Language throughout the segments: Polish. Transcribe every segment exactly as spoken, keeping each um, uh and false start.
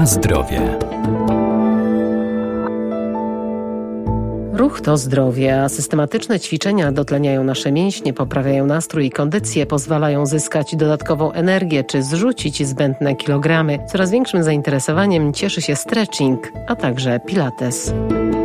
Na zdrowie. Ruch to zdrowie, a systematyczne ćwiczenia dotleniają nasze mięśnie, poprawiają nastrój i kondycję, pozwalają zyskać dodatkową energię czy zrzucić zbędne kilogramy. Coraz większym zainteresowaniem cieszy się stretching, a także pilates.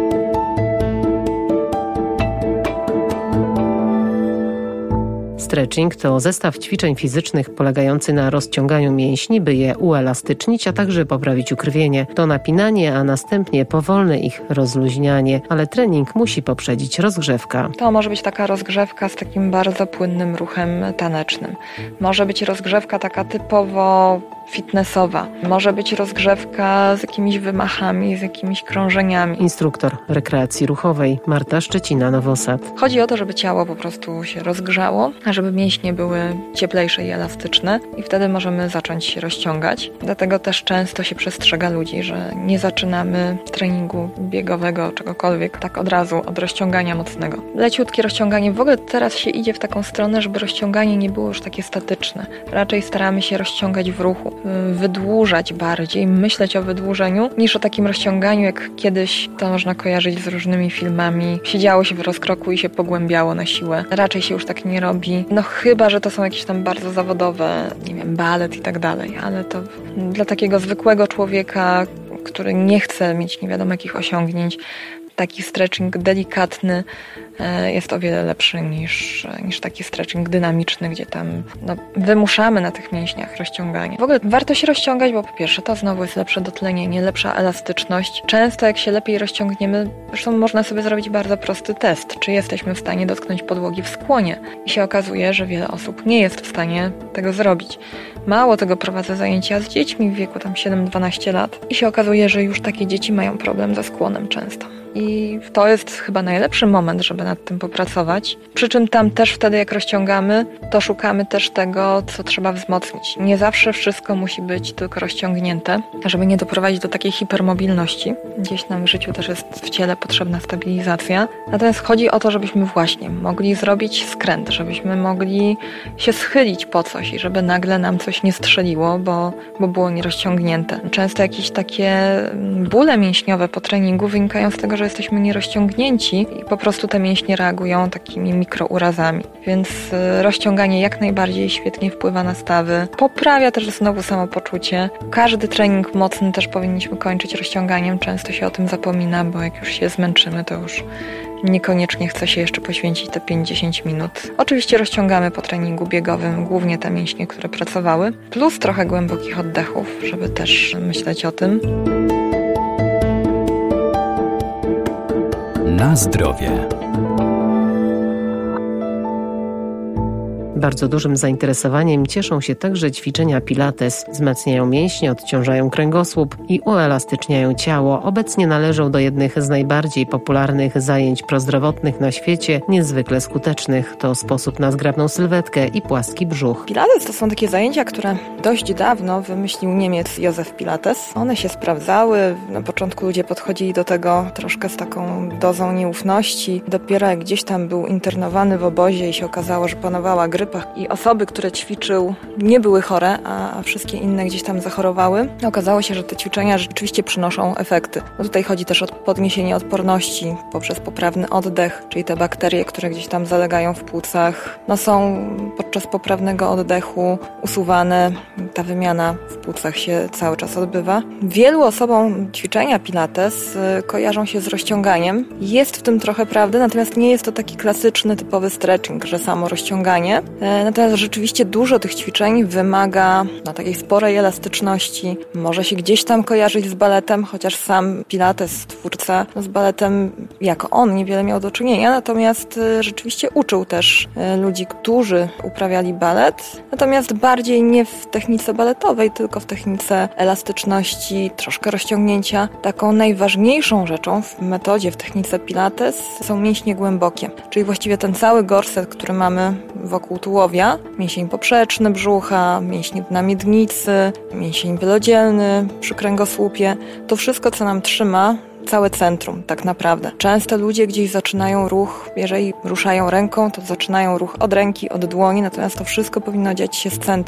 Stretching to zestaw ćwiczeń fizycznych polegający na rozciąganiu mięśni, by je uelastycznić, a także poprawić ukrwienie. To napinanie, a następnie powolne ich rozluźnianie, ale trening musi poprzedzić rozgrzewka. To może być taka rozgrzewka z takim bardzo płynnym ruchem tanecznym. Może być rozgrzewka taka typowo fitnessowa. Może być rozgrzewka z jakimiś wymachami, z jakimiś krążeniami. Instruktor rekreacji ruchowej Marta Szczecina-Nowosad. Chodzi o to, żeby ciało po prostu się rozgrzało, żeby mięśnie były cieplejsze i elastyczne i wtedy możemy zacząć się rozciągać. Dlatego też często się przestrzega ludzi, że nie zaczynamy treningu biegowego, czegokolwiek, tak od razu, od rozciągania mocnego. Leciutkie rozciąganie. W ogóle teraz się idzie w taką stronę, żeby rozciąganie nie było już takie statyczne. Raczej staramy się rozciągać w ruchu, wydłużać bardziej, myśleć o wydłużeniu, niż o takim rozciąganiu, jak kiedyś to można kojarzyć z różnymi filmami. Siedziało się w rozkroku i się pogłębiało na siłę. Raczej się już tak nie robi. No chyba, że to są jakieś tam bardzo zawodowe, nie wiem, balet i tak dalej, ale to dla takiego zwykłego człowieka, który nie chce mieć nie wiadomo jakich osiągnięć, taki stretching delikatny jest o wiele lepszy niż, niż taki stretching dynamiczny, gdzie tam no, wymuszamy na tych mięśniach rozciąganie. W ogóle warto się rozciągać, bo po pierwsze to znowu jest lepsze dotlenienie, lepsza elastyczność. Często jak się lepiej rozciągniemy, zresztą można sobie zrobić bardzo prosty test, czy jesteśmy w stanie dotknąć podłogi w skłonie. I się okazuje, że wiele osób nie jest w stanie tego zrobić. Mało tego, prowadzę zajęcia z dziećmi w wieku tam siedem dwanaście lat i się okazuje, że już takie dzieci mają problem ze skłonem często. I to jest chyba najlepszy moment, żeby nad tym popracować. Przy czym tam też wtedy, jak rozciągamy, to szukamy też tego, co trzeba wzmocnić. Nie zawsze wszystko musi być tylko rozciągnięte, żeby nie doprowadzić do takiej hipermobilności. Gdzieś nam w życiu też jest w ciele potrzebna stabilizacja. Natomiast chodzi o to, żebyśmy właśnie mogli zrobić skręt, żebyśmy mogli się schylić po coś i żeby nagle nam coś nie strzeliło, bo, bo było nierozciągnięte. Często jakieś takie bóle mięśniowe po treningu wynikają z tego, że jesteśmy nierozciągnięci i po prostu te mięśnie reagują takimi mikrourazami. Więc rozciąganie jak najbardziej świetnie wpływa na stawy. Poprawia też znowu samopoczucie. Każdy trening mocny też powinniśmy kończyć rozciąganiem. Często się o tym zapomina, bo jak już się zmęczymy, to już niekoniecznie chce się jeszcze poświęcić te pięć do dziesięciu minut. Oczywiście rozciągamy po treningu biegowym głównie te mięśnie, które pracowały, plus trochę głębokich oddechów, żeby też myśleć o tym. Na zdrowie. Bardzo dużym zainteresowaniem cieszą się także ćwiczenia pilates. Wzmacniają mięśnie, odciążają kręgosłup i uelastyczniają ciało. Obecnie należą do jednych z najbardziej popularnych zajęć prozdrowotnych na świecie, niezwykle skutecznych. To sposób na zgrabną sylwetkę i płaski brzuch. Pilates to są takie zajęcia, które dość dawno wymyślił Niemiec Józef Pilates. One się sprawdzały. Na początku ludzie podchodzili do tego troszkę z taką dozą nieufności. Dopiero jak gdzieś tam był internowany w obozie i się okazało, że panowała grypa i osoby, które ćwiczył, nie były chore, a wszystkie inne gdzieś tam zachorowały. Okazało się, że te ćwiczenia rzeczywiście przynoszą efekty. Bo tutaj chodzi też o podniesienie odporności poprzez poprawny oddech, czyli te bakterie, które gdzieś tam zalegają w płucach, no są podczas poprawnego oddechu usuwane. Ta wymiana w płucach się cały czas odbywa. Wielu osobom ćwiczenia pilates kojarzą się z rozciąganiem. Jest w tym trochę prawdy, natomiast nie jest to taki klasyczny, typowy stretching, że samo rozciąganie. Natomiast rzeczywiście dużo tych ćwiczeń wymaga no, takiej sporej elastyczności. Może się gdzieś tam kojarzyć z baletem, chociaż sam Pilates, twórca, no, z baletem jako on niewiele miał do czynienia, natomiast rzeczywiście uczył też ludzi, którzy uprawiali balet, natomiast bardziej nie w technice baletowej, tylko w technice elastyczności, troszkę rozciągnięcia. Taką najważniejszą rzeczą w metodzie, w technice Pilates są mięśnie głębokie, czyli właściwie ten cały gorset, który mamy wokół tułowia, mięsień poprzeczny brzucha, mięsień na miednicy, mięsień wielodzielny przy kręgosłupie. To wszystko, co nam trzyma całe centrum tak naprawdę. Często ludzie gdzieś zaczynają ruch, jeżeli ruszają ręką, to zaczynają ruch od ręki, od dłoni, natomiast to wszystko powinno dziać się z centrum.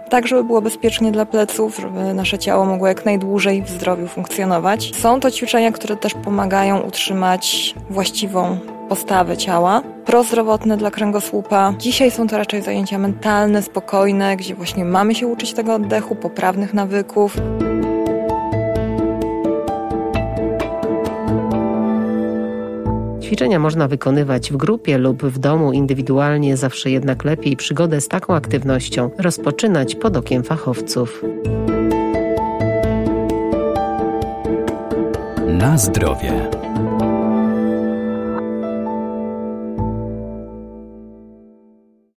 tak żeby było bezpiecznie dla pleców, żeby nasze ciało mogło jak najdłużej w zdrowiu funkcjonować. Są to ćwiczenia, które też pomagają utrzymać właściwą postawę ciała, prozdrowotne dla kręgosłupa. Dzisiaj są to raczej zajęcia mentalne, spokojne, gdzie właśnie mamy się uczyć tego oddechu, poprawnych nawyków. Ćwiczenia można wykonywać w grupie lub w domu indywidualnie, zawsze jednak lepiej przygodę z taką aktywnością rozpoczynać pod okiem fachowców. Na zdrowie.